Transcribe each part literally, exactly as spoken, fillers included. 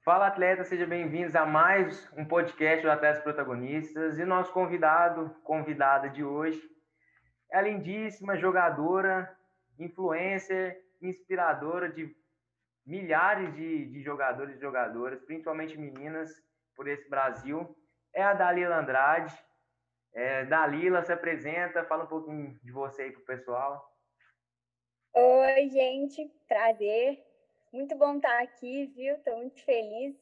Fala, atleta, sejam bem-vindos a mais um podcast do Atletas Protagonistas. E o nosso convidado, convidada de hoje, é a lindíssima jogadora, influencer, inspiradora de milhares de, de jogadores e jogadoras, principalmente meninas, por esse Brasil. É a Dalila Andrade. É, Dalila, se apresenta, fala um pouquinho de você aí pro pessoal. Oi, gente, prazer. Muito bom estar aqui, viu? Estou muito feliz.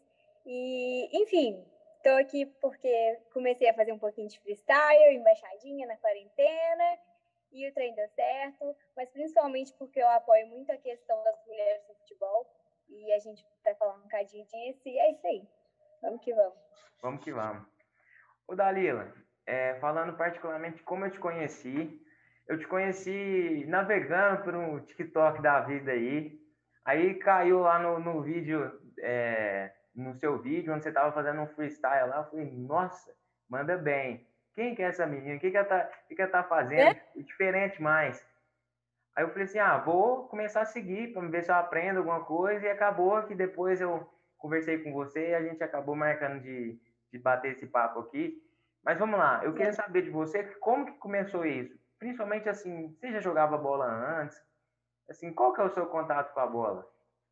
E, enfim, estou aqui porque comecei a fazer um pouquinho de freestyle, embaixadinha na quarentena, e o trem deu certo, mas principalmente porque eu apoio muito a questão das mulheres no futebol, e a gente vai falar um bocadinho disso, e é isso aí. Vamos que vamos. Vamos que vamos. Ô Dalila, é, falando particularmente de como eu te conheci, eu te conheci navegando por um TikTok da vida aí, aí caiu lá no, no vídeo, é, no seu vídeo, onde você estava fazendo um freestyle lá, eu falei, nossa, manda bem. Quem que é essa menina? O que que ela tá, o que que ela tá fazendo? Diferente mais. Aí eu falei assim, ah, vou começar a seguir para ver se eu aprendo alguma coisa, e acabou que depois eu conversei com você e a gente acabou marcando de, de bater esse papo aqui. Mas vamos lá, eu queria saber de você como que começou isso? Principalmente assim, você já jogava bola antes? Assim, qual que é o seu contato com a bola?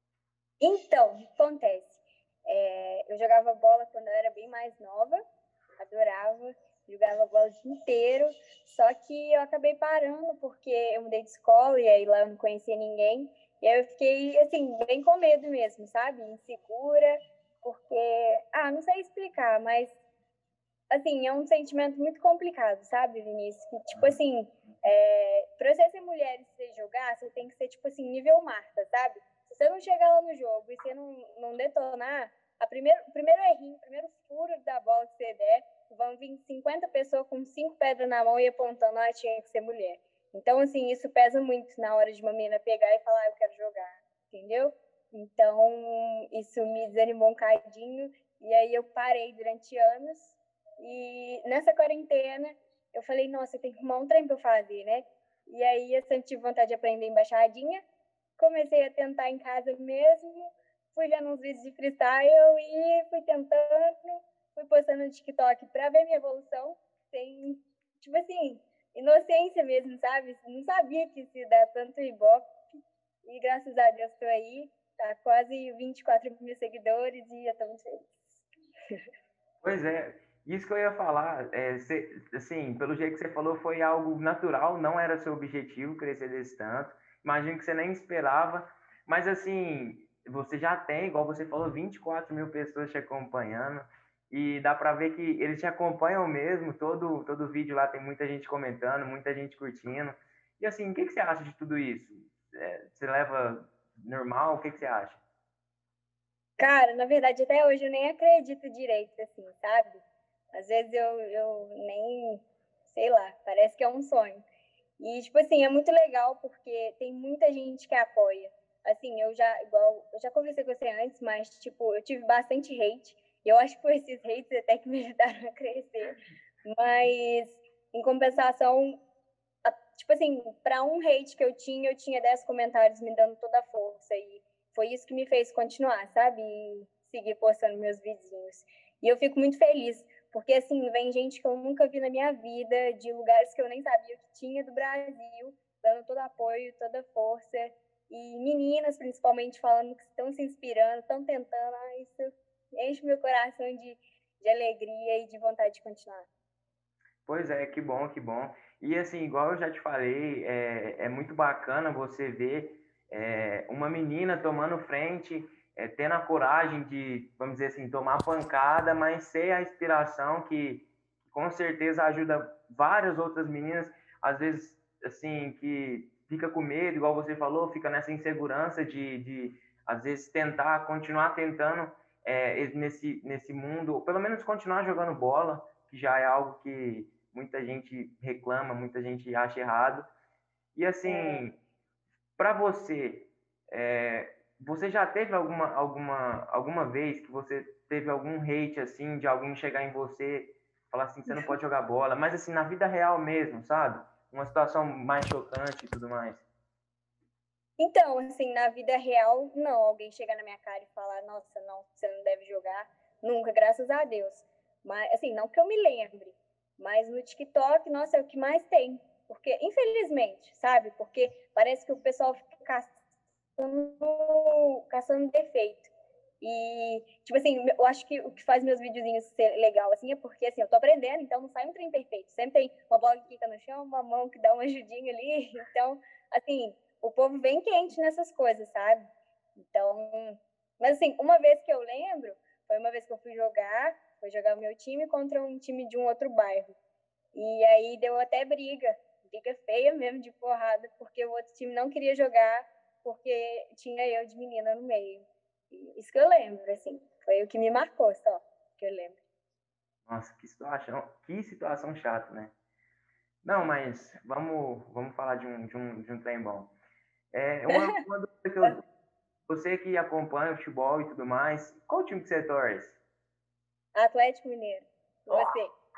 Então, o que acontece? É, eu jogava bola quando eu era bem mais nova, adorava, jogava bola o dia inteiro, só que eu acabei parando porque eu mudei de escola e aí lá eu não conhecia ninguém, e aí eu fiquei, assim, bem com medo mesmo, sabe? Insegura, porque, ah, não sei explicar, mas, assim, é um sentimento muito complicado, sabe, Vinícius? Que, tipo assim, é, pra você ser mulher e você jogar, você tem que ser, tipo assim, nível Marta, sabe? Se você não chegar lá no jogo e você não, não detonar, a primeiro, o primeiro errinho, o primeiro furo da bola que você der, vão vir cinquenta pessoas com cinco pedras na mão e apontando, ah, tinha que ser mulher. Então, assim, isso pesa muito na hora de uma menina pegar e falar, ah, eu quero jogar, entendeu? Então, isso me desanimou um cadinho, e aí eu parei durante anos, e nessa quarentena, eu falei, nossa, eu tenho que arrumar um trem pra eu fazer, né? E aí eu sempre tive vontade de aprender embaixadinha, comecei a tentar em casa mesmo, fui vendo uns vídeos de freestyle e fui tentando, fui postando no TikTok pra ver minha evolução, sem, tipo assim, inocência mesmo, sabe? Não sabia que se dá tanto ibope, e graças a Deus tô aí, tá quase vinte e quatro mil seguidores e eu tô muito feliz. Pois é, isso que eu ia falar, é, cê, assim, pelo jeito que você falou, foi algo natural, não era seu objetivo crescer desse tanto. Imagino que você nem esperava, mas assim, você já tem, igual você falou, vinte e quatro mil pessoas te acompanhando, e dá pra ver que eles te acompanham mesmo, todo, todo vídeo lá tem muita gente comentando, muita gente curtindo. E assim, o que, que você acha de tudo isso? É, você leva normal? O que, que você acha? Cara, na verdade, até hoje eu nem acredito direito, assim, sabe? Às vezes eu, eu nem, sei lá, parece que é um sonho. E, tipo assim, é muito legal porque tem muita gente que apoia. Assim, eu já, igual, eu já conversei com você antes, mas, tipo, eu tive bastante hate. E eu acho que por esses hates até que me ajudaram a crescer. Mas, em compensação, a- tipo assim, para um hate que eu tinha, eu tinha dez comentários me dando toda a força. E foi isso que me fez continuar, sabe? E seguir postando meus vidinhos. E eu fico muito feliz, porque assim, vem gente que eu nunca vi na minha vida, de lugares que eu nem sabia que tinha do Brasil, dando todo apoio, toda força. E meninas, principalmente, falando que estão se inspirando, estão tentando. Ah, isso enche meu coração de, de alegria e de vontade de continuar. Pois é, que bom, que bom. E assim, igual eu já te falei, é, é muito bacana você ver é, uma menina tomando frente, é, tendo a coragem de, vamos dizer assim, tomar pancada, mas ser a inspiração que com certeza ajuda várias outras meninas, às vezes, assim, que fica com medo, igual você falou, fica nessa insegurança de, de às vezes, tentar, continuar tentando é, nesse, nesse mundo, ou pelo menos continuar jogando bola, que já é algo que muita gente reclama, muita gente acha errado. E É. assim, para você, é, você já teve alguma, alguma, alguma vez que você teve algum hate assim, de alguém chegar em você, falar assim, você não pode jogar bola, mas assim, na vida real mesmo, sabe? Uma situação mais chocante e tudo mais. Então, assim, na vida real, não. Alguém chegar na minha cara e falar, nossa, não, você não deve jogar. Nunca, graças a Deus. Mas, assim, não que eu me lembre. Mas no TikTok, nossa, é o que mais tem. Porque, infelizmente, sabe? Porque parece que o pessoal fica caçando, caçando defeito. E, tipo assim, eu acho que o que faz meus videozinhos ser legal, assim, é porque, assim, eu tô aprendendo, então não sai um trem perfeito. Sempre tem uma bola que fica no chão, uma mão que dá uma ajudinha ali. Então, assim, o povo vem quente nessas coisas, sabe? Então, mas assim, uma vez que eu lembro, foi uma vez que eu fui jogar, fui jogar o meu time contra um time de um outro bairro. E aí deu até briga, briga feia mesmo, de porrada, porque o outro time não queria jogar, porque tinha eu de menina no meio. Isso que eu lembro, assim, foi o que me marcou só, que eu lembro. Nossa, que situação, que situação chata, né? Não, mas vamos, vamos falar de um, de um, de um trem bom. É uma, uma dúvida que eu, você que acompanha o futebol e tudo mais, qual time que você torce? Atlético Mineiro, você. Oh!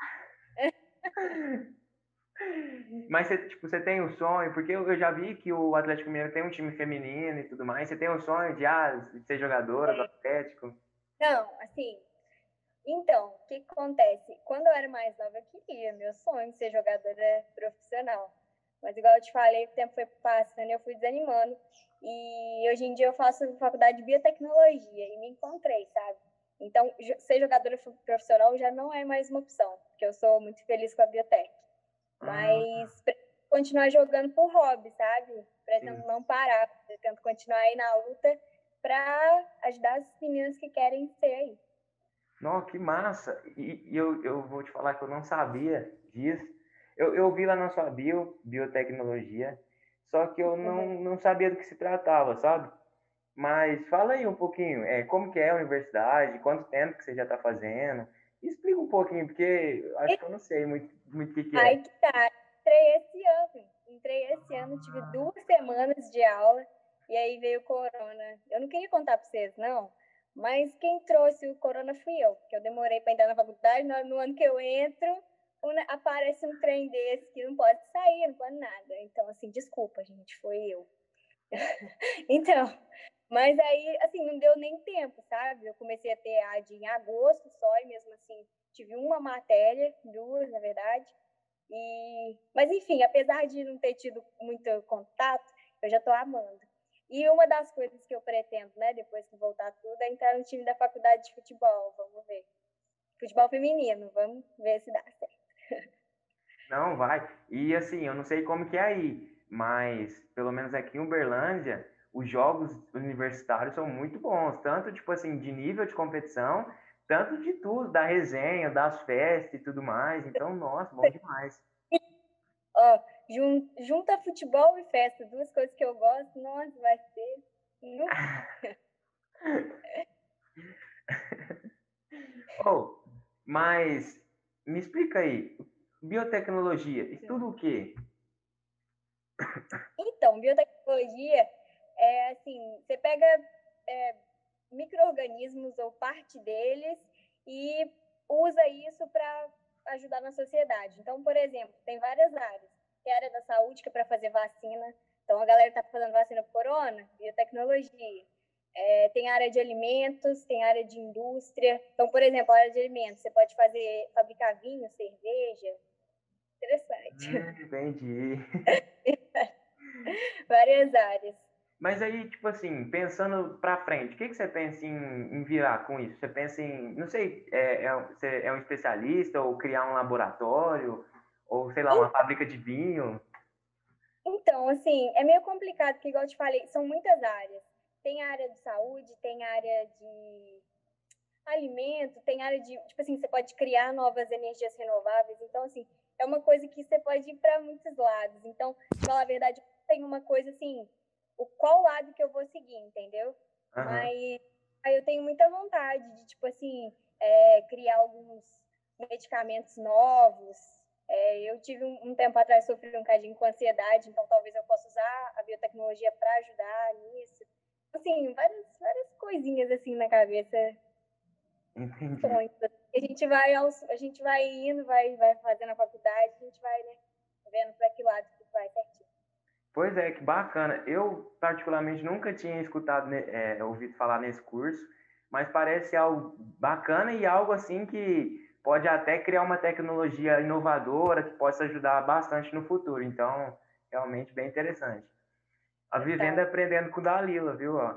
Mas você, tipo, você tem o sonho, porque eu, eu já vi que o Atlético Mineiro tem um time feminino e tudo mais. Você tem o sonho de, ah, de ser jogadora do É. Atlético? Não, assim, então, o que, que acontece? Quando eu era mais nova, eu queria, meu sonho de ser jogadora profissional. Mas, igual eu te falei, o tempo foi passando e eu fui desanimando. E hoje em dia eu faço faculdade de biotecnologia e me encontrei, sabe? Então, ser jogadora profissional já não é mais uma opção, porque eu sou muito feliz com a biotech. Ah, Mas continuar jogando por hobby, sabe? Pretendo sim. não parar, pretendo continuar aí na luta para ajudar as meninas que querem ser aí. Não, que massa! E, e eu, eu vou te falar que eu não sabia disso. Eu, eu vi lá na sua bio, biotecnologia, só que eu Uhum. não, não sabia do que se tratava, sabe? Mas fala aí um pouquinho, é, como que é a universidade, quanto tempo que você já está fazendo? Explica um pouquinho, porque eu acho que eu não sei muito, muito o que que é. Aí que tá, entrei esse ano, entrei esse ano, tive duas semanas de aula, e aí veio o corona. Eu não queria contar para vocês, não, mas quem trouxe o corona fui eu, porque eu demorei para entrar na faculdade, no, no ano que eu entro, aparece um trem desse que não pode sair, não pode nada. Então, assim, desculpa, gente, foi eu. Então, mas aí, assim, não deu nem tempo, sabe? Eu comecei a ter A D em agosto só, e mesmo assim, tive uma matéria, duas, na verdade. E... Mas, enfim, apesar de não ter tido muito contato, eu já estou amando. E uma das coisas que eu pretendo, né, depois que voltar tudo, é entrar no time da faculdade de futebol, vamos ver. Futebol feminino, vamos ver se dá certo. Não, vai. E assim, eu não sei como que é aí, mas pelo menos aqui em Uberlândia, os jogos universitários são muito bons, tanto tipo assim, de nível de competição, tanto de tudo, da resenha, das festas e tudo mais. Então, nossa, bom demais. Ó, jun, junta futebol e festa, duas coisas que eu gosto, nossa, vai ser. Oh, mas me explica aí, biotecnologia, estuda o quê? Então, biotecnologia é assim, você pega é, micro-organismos ou parte deles e usa isso para ajudar na sociedade. Então, por exemplo, tem várias áreas. Tem a área da saúde, que é para fazer vacina. Então, a galera está fazendo vacina para corona, biotecnologia. É, tem área de alimentos, tem área de indústria. Então, por exemplo, a área de alimentos, você pode fazer, fabricar vinho, cerveja. Interessante. Hum, entendi. Várias áreas. Mas aí, tipo assim, pensando pra frente, o que que você pensa em, em virar com isso? Você pensa em, não sei, é, é, você é um especialista ou criar um laboratório ou sei lá, uma fábrica de vinho? Então, assim, é meio complicado, porque, igual eu te falei, são muitas áreas. Tem área de saúde, tem área de alimento, tem área de, tipo assim, você pode criar novas energias renováveis. Então, assim, é uma coisa que você pode ir para muitos lados. Então, pra falar a verdade, tem uma coisa assim, o qual lado que eu vou seguir, entendeu? Aham. Mas aí eu tenho muita vontade de, tipo assim, é, criar alguns medicamentos novos. É, eu tive um, um tempo atrás sofri um cadinho com ansiedade, então talvez eu possa usar a biotecnologia para ajudar nisso. Assim, várias, várias coisinhas assim na cabeça, Entendi. sonhos. A gente vai aos, a gente vai indo, vai, vai fazendo a faculdade, a gente vai, né, vendo para que lado que vai certinho. Pois é, que bacana. Eu, particularmente, nunca tinha escutado, né, é, ouvido falar nesse curso, mas parece algo bacana e algo assim que pode até criar uma tecnologia inovadora que possa ajudar bastante no futuro. Então, realmente bem interessante. A Vivenda Então, aprendendo com o Dalila, viu? Ó.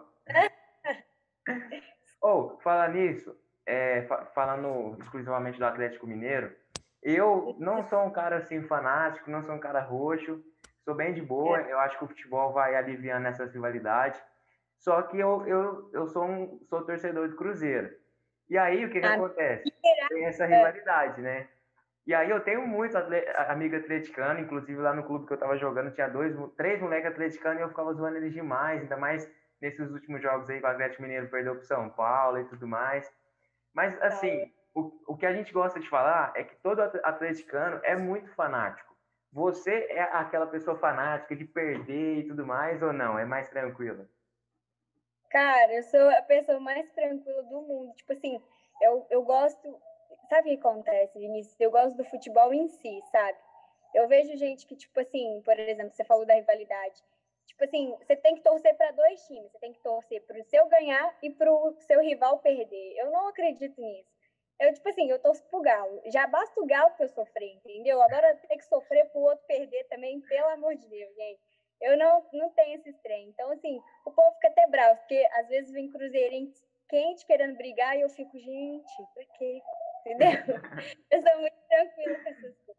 Ou, falar nisso, é, fa- falando exclusivamente do Atlético Mineiro, eu não sou um cara assim fanático, não sou um cara roxo, sou bem de boa, eu acho que o futebol vai aliviando essa rivalidade. Só que eu, eu, eu sou um sou torcedor do Cruzeiro. E aí o que que a acontece? Tem essa mira, rivalidade, né? E aí eu tenho muitos atle- amigos atleticanos, inclusive lá no clube que eu tava jogando, tinha dois, três moleques atleticanos e eu ficava zoando eles demais, ainda mais nesses últimos jogos aí que o Atlético Mineiro perdeu pro São Paulo e tudo mais. Mas assim, o, o que a gente gosta de falar é que todo atleticano é muito fanático. Você é aquela pessoa fanática de perder e tudo mais ou não? É mais tranquila? cara, eu sou a pessoa mais tranquila do mundo. Tipo assim, eu, eu gosto. Sabe o que acontece, Vinícius? Eu gosto do futebol em si, sabe? Eu vejo gente que, tipo assim, por exemplo, você falou da rivalidade. Tipo assim, você tem que torcer para dois times. Você tem que torcer para o seu ganhar e para o seu rival perder. Eu não acredito nisso. Eu, tipo assim, eu torço pro Galo. Já basta o Galo que eu sofrer, entendeu? Agora ter que sofrer pro outro perder também, pelo amor de Deus, gente. Eu não, não tenho esse trem. Então, assim, o povo fica até bravo, porque às vezes vem cruzeirense quente querendo brigar e eu fico, gente, pra quê? Entendeu? Eu sou muito tranquila com essas coisas.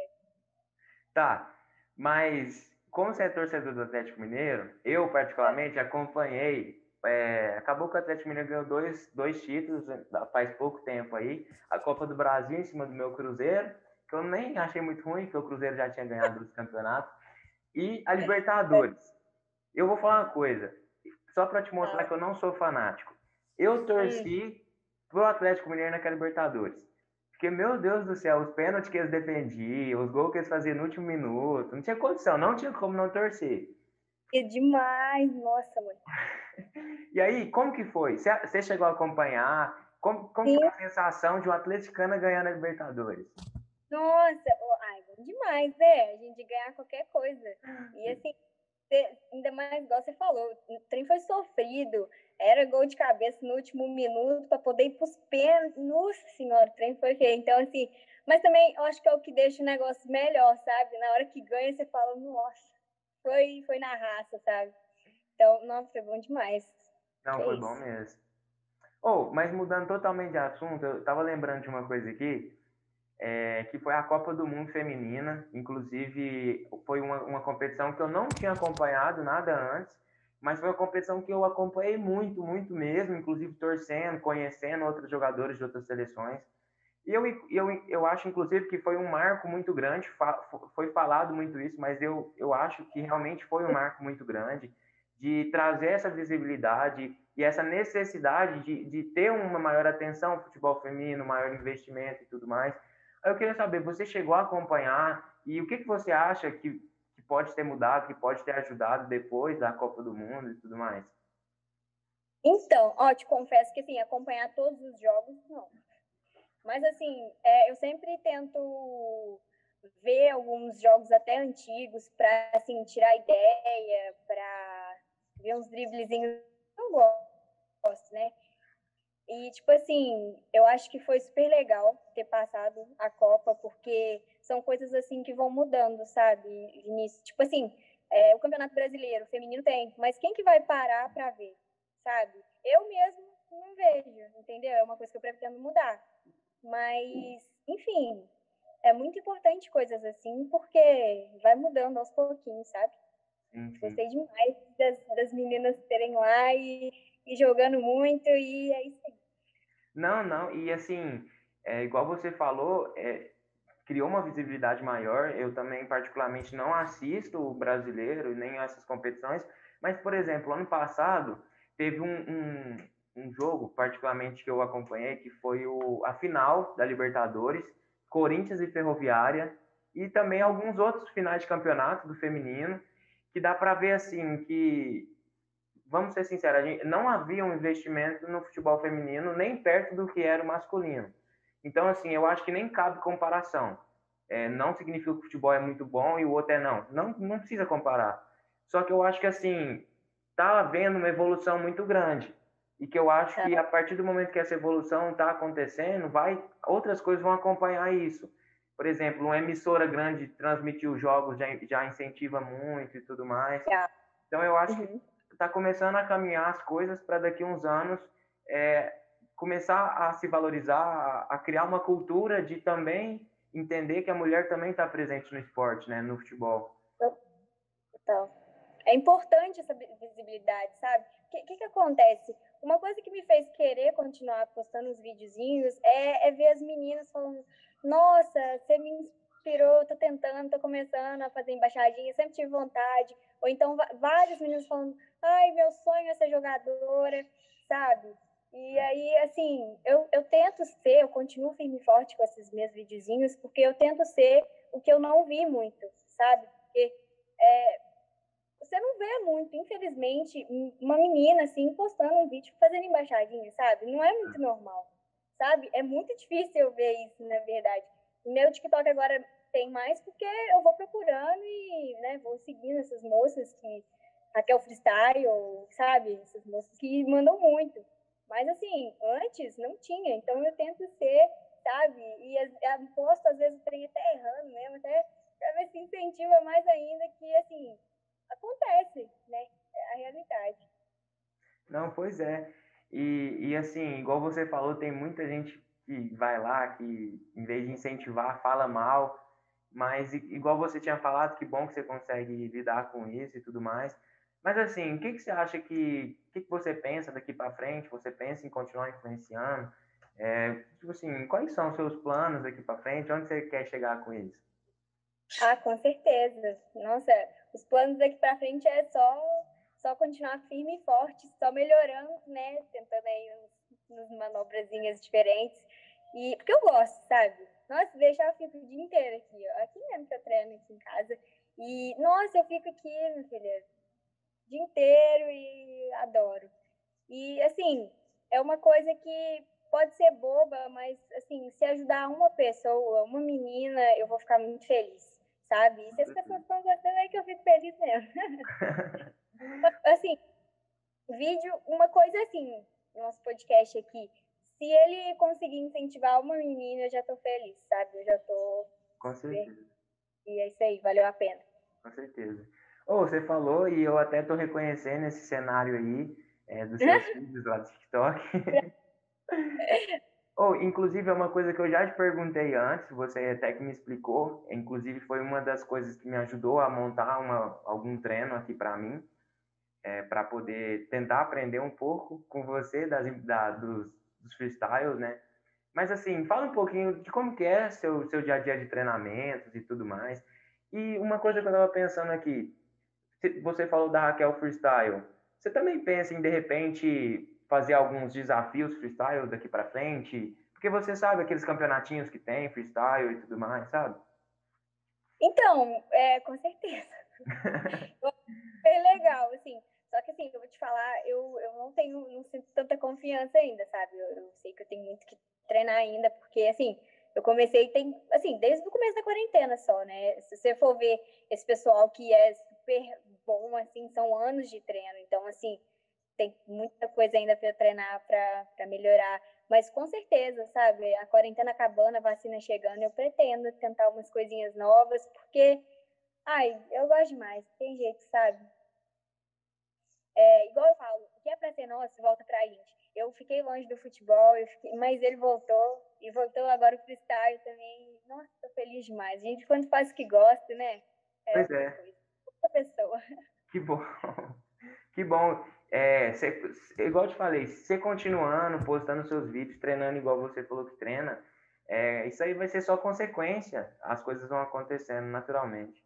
Tá, mas como você é torcedor do Atlético Mineiro, eu particularmente acompanhei. É, acabou que o Atlético Mineiro ganhou dois, dois títulos né, faz pouco tempo aí. A Copa do Brasil em cima do meu Cruzeiro, que eu nem achei muito ruim, porque o Cruzeiro já tinha ganhado os campeonatos. E a Libertadores. Eu vou falar uma coisa, só para te mostrar Ah, que eu não sou fanático. Eu hum, torci pro Atlético Mineiro naquela Libertadores. Porque, meu Deus do céu, os pênaltis que eles defendiam, os gols que eles faziam no último minuto, não tinha condição, não tinha como não torcer. é demais, nossa, mãe. E aí, como que foi? Você você chegou a acompanhar? Como, como foi Sim, a sensação de um atleticano ganhar na Libertadores? nossa, oh, ai, bom demais, né? A gente ganhar qualquer coisa. E assim, você, ainda mais, igual você falou, o trem foi sofrido, era gol de cabeça no último minuto para poder ir pros pênaltis. Nossa senhora, o trem foi feio. Então, assim, mas também eu acho que é o que deixa o negócio melhor, sabe? Na hora que ganha, você fala, nossa, foi, foi na raça, sabe? Então, nossa, foi bom demais. Não, Que foi bom isso. mesmo. Oh, mas mudando totalmente de assunto, eu tava lembrando de uma coisa aqui, é, que foi a Copa do Mundo Feminina. Inclusive, foi uma, uma competição que eu não tinha acompanhado nada antes, mas foi uma competição que eu acompanhei muito, muito mesmo, inclusive torcendo, conhecendo outros jogadores de outras seleções. E eu, eu, eu acho, inclusive, que foi um marco muito grande, foi falado muito isso, mas eu, eu acho que realmente foi um marco muito grande de trazer essa visibilidade e essa necessidade de, de ter uma maior atenção ao futebol feminino, maior investimento e tudo mais. Eu queria saber, você chegou a acompanhar e o que, que você acha que, que pode ter mudado, que pode ter ajudado depois da Copa do Mundo e tudo mais? Então, ó, te confesso que, assim, acompanhar todos os jogos, não. Mas, assim, é, eu sempre tento ver alguns jogos até antigos para, assim, tirar ideia, para ver uns driblezinhos que eu gosto, né? E, tipo assim, eu acho que foi super legal ter passado a Copa, porque são coisas, assim, que vão mudando, sabe, Vinícius? Tipo assim, é, o Campeonato Brasileiro, o feminino tem, mas quem que vai parar para ver, sabe? Eu mesmo não vejo, entendeu? É uma coisa que eu pretendo mudar. Mas, enfim, é muito importante coisas assim, porque vai mudando aos pouquinhos, sabe? Sim, sim. Gostei demais das, das meninas terem lá e, e jogando muito, e é isso aí. Não, não, e assim, é, igual você falou, é, criou uma visibilidade maior. Eu também, particularmente, não assisto o brasileiro, nem essas competições, mas, por exemplo, ano passado teve um, um, um jogo, particularmente, que eu acompanhei, que foi o, a final da Libertadores, Corinthians e Ferroviária, e também alguns outros finais de campeonato do feminino, que dá para ver, assim, que vamos ser sinceros, a gente, não havia um investimento no futebol feminino nem perto do que era o masculino. Então, assim, eu acho que nem cabe comparação. É, não significa que o futebol é muito bom e o outro é não. Não, não precisa comparar. Só que eu acho que, assim, tá havendo uma evolução muito grande. E que eu acho Tá. que a partir do momento que essa evolução está acontecendo, vai, outras coisas vão acompanhar isso. Por exemplo, uma emissora grande transmitir os jogos já, já incentiva muito e tudo mais. Tá. Então eu acho que Uhum. está começando a caminhar as coisas para daqui a uns anos é, começar a se valorizar, a, a criar uma cultura de também entender que a mulher também está presente no esporte, né, no futebol. Então, é importante essa visibilidade, sabe? O que, que, que acontece? Uma coisa que me fez querer continuar postando os videozinhos é, é ver as meninas falando: nossa, você me inspirou, tô tentando, tô começando a fazer embaixadinha, sempre tive vontade. Ou então vários meninos falando: ai, meu sonho é ser jogadora, sabe? E aí, assim, eu, eu tento ser, eu continuo firme e forte com esses meus videozinhos, porque eu tento ser o que eu não vi muito, sabe? Porque é, você não vê muito, infelizmente, uma menina assim postando um vídeo fazendo embaixadinha, sabe? Não é muito normal, sabe? É muito difícil eu ver isso, na verdade. O meu TikTok agora tem mais porque eu vou procurando e, né, vou seguindo essas moças que Raquel Freestyle, sabe? Essas moças que mandam muito. Mas assim, antes não tinha, então eu tento ser, sabe? E eu posto às vezes o trem até errando mesmo, até pra ver se incentiva mais ainda que assim acontece, né? É a realidade. Não, pois é. E, e assim, igual você falou, tem muita gente que vai lá, que em vez de incentivar, fala mal. Mas igual você tinha falado, que bom que você consegue lidar com isso e tudo mais. Mas assim, o que que você acha que, o que que você pensa daqui para frente? Você pensa em continuar influenciando? É, tipo assim, quais são os seus planos daqui para frente? Onde você quer chegar com isso? Ah, com certeza. Nossa, os planos daqui para frente é só só continuar firme e forte, só melhorando, né? Tentando aí uns, uns manobrazinhas diferentes. E porque eu gosto, sabe? Nossa, deixar eu fico o dia inteiro aqui, ó. Aqui mesmo que eu treino aqui em casa. E, nossa, eu fico aqui, minha filha, o dia inteiro e adoro. E, assim, é uma coisa que pode ser boba, mas, assim, se ajudar uma pessoa, uma menina, eu vou ficar muito feliz, sabe? E se as pessoas estão gostando, é que eu fico feliz mesmo. Assim, vídeo, uma coisa assim, nosso podcast aqui, se ele conseguir incentivar uma menina, eu já tô feliz, sabe? Eu já tô Com super... certeza, E é isso aí, valeu a pena. com certeza. Ou você falou, e eu até tô reconhecendo esse cenário aí, é, dos seus vídeos lá do TikTok. Ou, inclusive, é uma coisa que eu já te perguntei antes, você até que me explicou, inclusive foi uma das coisas que me ajudou a montar uma, algum treino aqui para mim, é, para poder tentar aprender um pouco com você das, da, dos, dos freestyles, né? Mas assim, fala um pouquinho de como que é seu, seu dia a dia de treinamentos e tudo mais. E uma coisa que eu estava pensando aqui, você falou da Raquel Freestyle, você também pensa em, de repente, fazer alguns desafios freestyle daqui para frente? Porque você sabe aqueles campeonatinhos que tem, freestyle e tudo mais, sabe? Então, é, com certeza. Super legal, assim. Só que assim, eu vou te falar, eu, eu não tenho, não sinto tanta confiança ainda, sabe? Eu, eu sei que eu tenho muito que treinar ainda, porque assim, eu comecei tem, assim, desde o começo da quarentena só, né? Se você for ver esse pessoal que é super bom, assim, são anos de treino. Então, assim, tem muita coisa ainda para treinar, para melhorar. Mas com certeza, sabe? A quarentena acabando, a vacina chegando, eu pretendo tentar umas coisinhas novas, porque, ai, eu gosto demais, tem jeito, sabe? É, igual eu falo, o que é pra ser nosso, volta pra gente. Eu fiquei longe do futebol, eu fiquei, mas ele voltou, e voltou agora o freestyle também. Nossa, tô feliz demais. A gente, quando faz o que gosta, né? É Pois outra é, coisa, outra pessoa. que bom. Que bom. É, cê, igual eu te falei, você continuando, postando seus vídeos, treinando igual você falou que treina, é, isso aí vai ser só consequência. As coisas vão acontecendo naturalmente.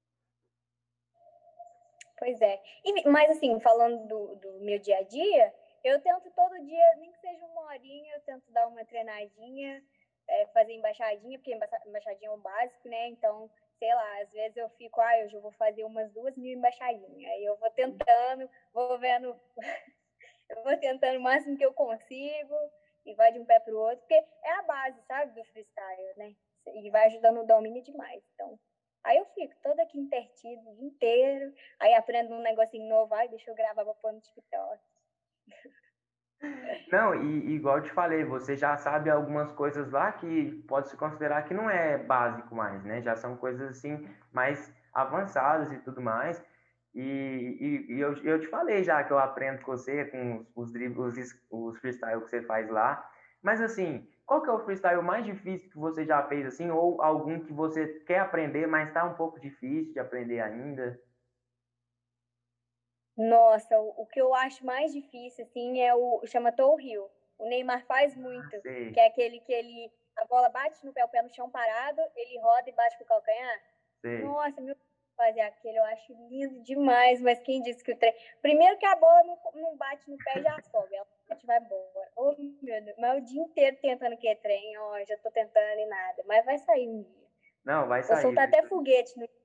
Pois é. E, mas assim, falando do, do meu dia a dia, eu tento todo dia, nem que seja uma horinha, eu tento dar uma treinadinha, é, fazer embaixadinha, porque embaixadinha é o básico, né? Então, sei lá, às vezes eu fico, ah, hoje eu vou fazer umas duas mil embaixadinhas. Aí eu vou tentando, vou vendo, eu vou tentando o máximo que eu consigo, e vai de um pé pro outro, porque é a base, sabe, do freestyle, né? E vai ajudando o domínio demais. Então, Aí eu fico toda aqui intertida o dia inteiro, aí aprendo um negocinho novo, aí deixa eu gravar pra pôr no TikTok. Não, e, e igual eu te falei, você já sabe algumas coisas lá que pode se considerar que não é básico mais, né? Já são coisas assim mais avançadas e tudo mais. E, e, e eu, eu te falei já que eu aprendo com você, com os, os, dribles, os, os freestyle que você faz lá. Mas assim, qual que é o freestyle mais difícil que você já fez assim? Ou algum que você quer aprender, mas tá um pouco difícil de aprender ainda? Nossa, o, o que eu acho mais difícil, assim, é o chama Toe Hill. O Neymar faz muito, que Sei, é aquele que ele, a bola bate no pé, o pé no chão parado, ele roda e bate com o calcanhar. sei. Nossa, meu, fazer aquele eu acho lindo demais, mas quem disse que o trem... Primeiro que a bola não, não bate no pé e já sobe, ela bate e vai embora. Oh, meu Deus, mas o dia inteiro tentando que é trem, ó, já tô tentando e nada, mas vai sair um dia. Não, vai Vou sair. soltar até foguete no...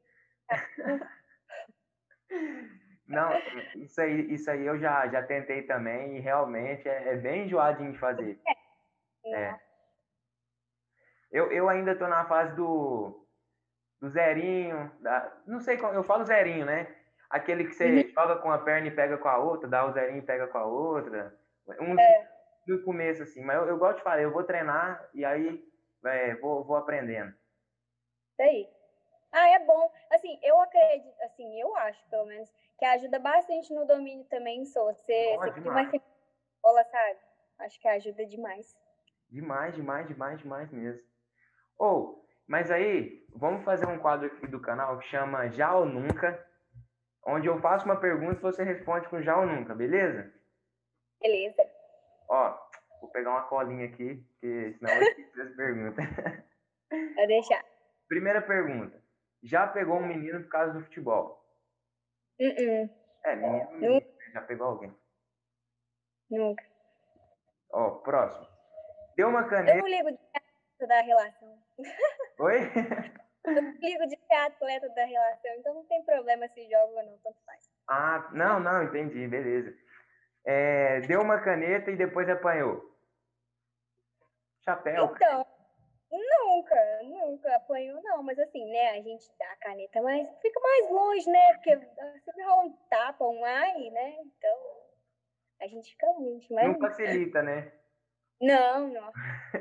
Não, isso aí, isso aí eu já, já tentei também e realmente é, é bem enjoadinho de fazer. É. Eu, eu ainda tô na fase do, do zerinho, da, não sei como, eu falo zerinho, né? Aquele que Uhum, você joga com a perna e pega com a outra, dá o zerinho e pega com a outra. Uns é, no começo, assim, mas eu, eu gosto de falar, eu vou treinar e aí é, vou, vou aprendendo. isso aí. Ah, é bom. Assim, eu acredito, assim, eu acho, pelo menos, que ajuda bastante no domínio também, só você, Ó, você cria uma demais, bola, sabe? Acho que ajuda demais. demais, demais, demais, demais mesmo. Ou, mas aí, vamos fazer um quadro aqui do canal que chama Já ou Nunca, onde eu faço uma pergunta e você responde com já ou nunca, beleza? Beleza. Ó, vou pegar uma colinha aqui, porque senão eu esqueço as perguntas. Vou deixar. Primeira pergunta. Já pegou um menino por causa do futebol? Uh-uh. É, menino, menino, Nunca, né? Já pegou alguém. nunca. Ó, próximo. Deu uma Eu caneta. não ligo de ser atleta da relação. Oi? Eu não ligo de ser atleta da relação, então não tem problema se joga ou não, tanto faz. Ah, não, não, entendi, beleza. É, deu uma caneta e depois apanhou. Chapéu, Então, nunca, nunca apanhou, não. Mas assim, né, a gente dá a caneta, mas fica mais longe, né? Porque sempre rola um tapa, um ai, né? Então, a gente fica longe, não mas facilita, né? não, não.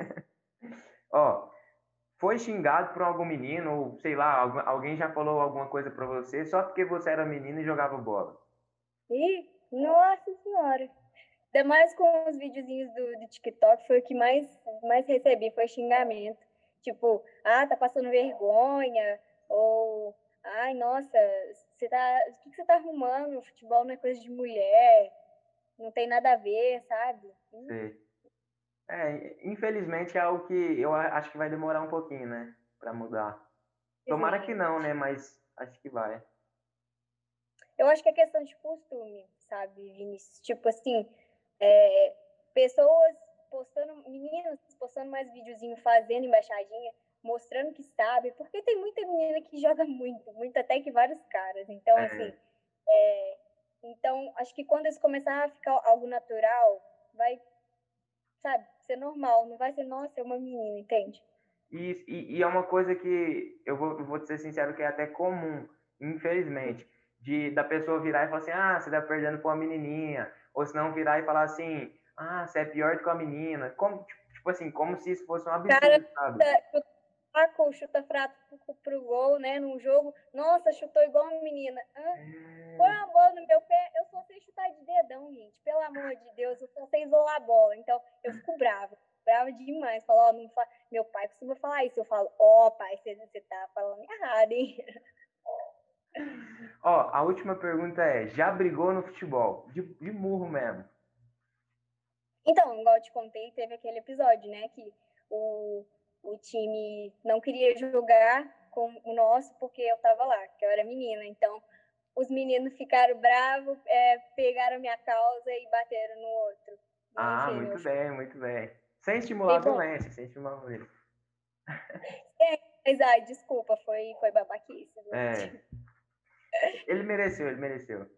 Ó, foi xingado por algum menino, ou sei lá, alguém já falou alguma coisa pra você só porque você era menino e jogava bola. Ih, nossa senhora. Ainda mais com os videozinhos do, do TikTok, foi o que mais, mais recebi, foi xingamento. Tipo, ah, tá passando vergonha, ou, ai, nossa, você tá, o que, que você tá arrumando? Futebol não é coisa de mulher, não tem nada a ver, sabe? Hum, Sei. É, infelizmente é algo que eu acho que vai demorar um pouquinho, né, pra mudar. Tomara que não, né, Infelizmente. mas acho que vai. Eu acho que é questão de costume, sabe, Vinícius? Tipo assim, é, pessoas postando, meninas postando mais videozinho, fazendo embaixadinha, mostrando que sabe, porque tem muita menina que joga muito, muito até que vários caras. Então, assim, É, é, então acho que quando isso começar a ficar algo natural, vai, sabe, ser normal, não vai ser, nossa, é uma menina, entende? e, e, e é uma coisa que eu vou, eu vou te ser sincero que é até comum, infelizmente, de da pessoa virar e falar assim, ah, você tá perdendo pra uma menininha, ou se não virar e falar assim, ah, você é pior do que a menina, como, tipo assim, como se isso fosse um Cara, absurdo, sabe? chuta fraco, chuta fraco pro, pro gol, né, num jogo, nossa, chutou igual uma menina. Hã? Põe É, uma bola no meu pé, eu só sei chutar de dedão, gente. Pelo amor de Deus, eu só sei isolar a bola. Então, eu fico brava. Brava demais. Falo, ó, não fa... Meu pai costuma falar isso. Eu falo, ó, oh, pai, você, você tá falando errado, hein? ó, a última pergunta é, já brigou no futebol? De, de murro mesmo. Então, igual eu te contei, teve aquele episódio, né? Que o, o time não queria jogar com o nosso porque eu tava lá, que eu era menina. Então, os meninos ficaram bravos, é, pegaram minha causa e bateram no outro. E, Ah, enfim, eu muito bem, muito bem. Sem estimular fiquei a bom. violência, sem estimular a violência. É, mas, ai, desculpa, foi, foi babaquice. É, ele mereceu, ele mereceu.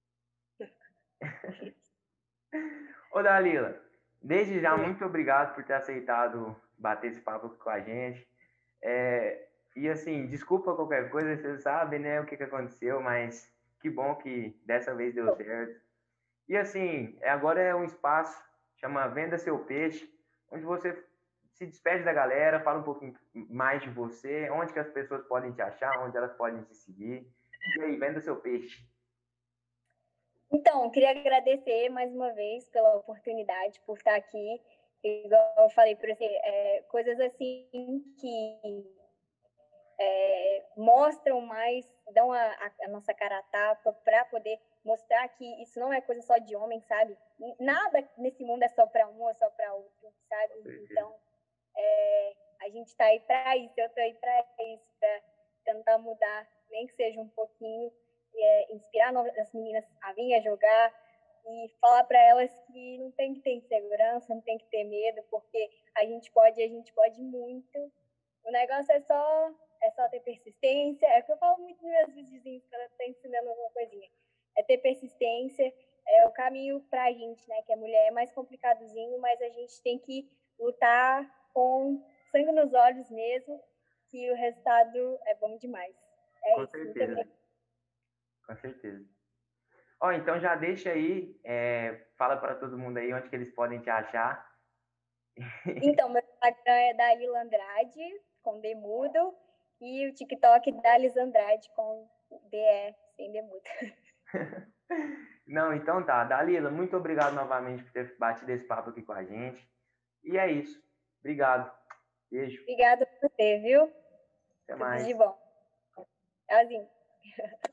Ô, Dalila, desde já, Oi. muito obrigado por ter aceitado bater esse papo com a gente. É, E assim, desculpa qualquer coisa, você sabe, né, o que que aconteceu, mas que bom que dessa vez deu certo. E assim, é- agora é um espaço, chama Venda Seu Peixe, onde você se despede da galera, fala um pouquinho mais de você, onde que as pessoas podem te achar, onde elas podem te seguir. E aí, venda seu peixe. Então, queria agradecer mais uma vez pela oportunidade, por estar aqui. Igual eu falei para você, é, coisas assim que é, mostram mais, dão a, a, a nossa cara a tapa para poder mostrar que isso não é coisa só de homem, sabe? Nada nesse mundo é só para um ou só para outro, sabe? Com certeza. Então, é, a gente está aí para isso, eu estou aí para isso, para tentar mudar, nem que seja um pouquinho, é, inspirar as meninas a vir a jogar e falar para elas que não tem que ter insegurança, não tem que ter medo, porque a gente pode, a gente pode muito. O negócio é só, é só ter persistência. É o que eu falo muito nos meus videozinhos quando eu estou ensinando alguma coisinha. É ter persistência, é o caminho para a gente, né? Que a mulher é mais complicadozinho, mas a gente tem que lutar com sangue nos olhos mesmo, que o resultado é bom demais. É Com isso. Muito certeza. obrigada. Com certeza. Ó, então já deixa aí, é, fala para todo mundo aí onde que eles podem te achar. Então, meu Instagram é Dalila Andrade, com D mudo, e o TikTok Dalis Andrade, com D E, sem D mudo. Não, então tá. Dalila, muito obrigado novamente por ter batido esse papo aqui com a gente. E é isso. Obrigado. Beijo. Obrigada por você, viu? Até Tudo de mais. bom. Tchauzinho.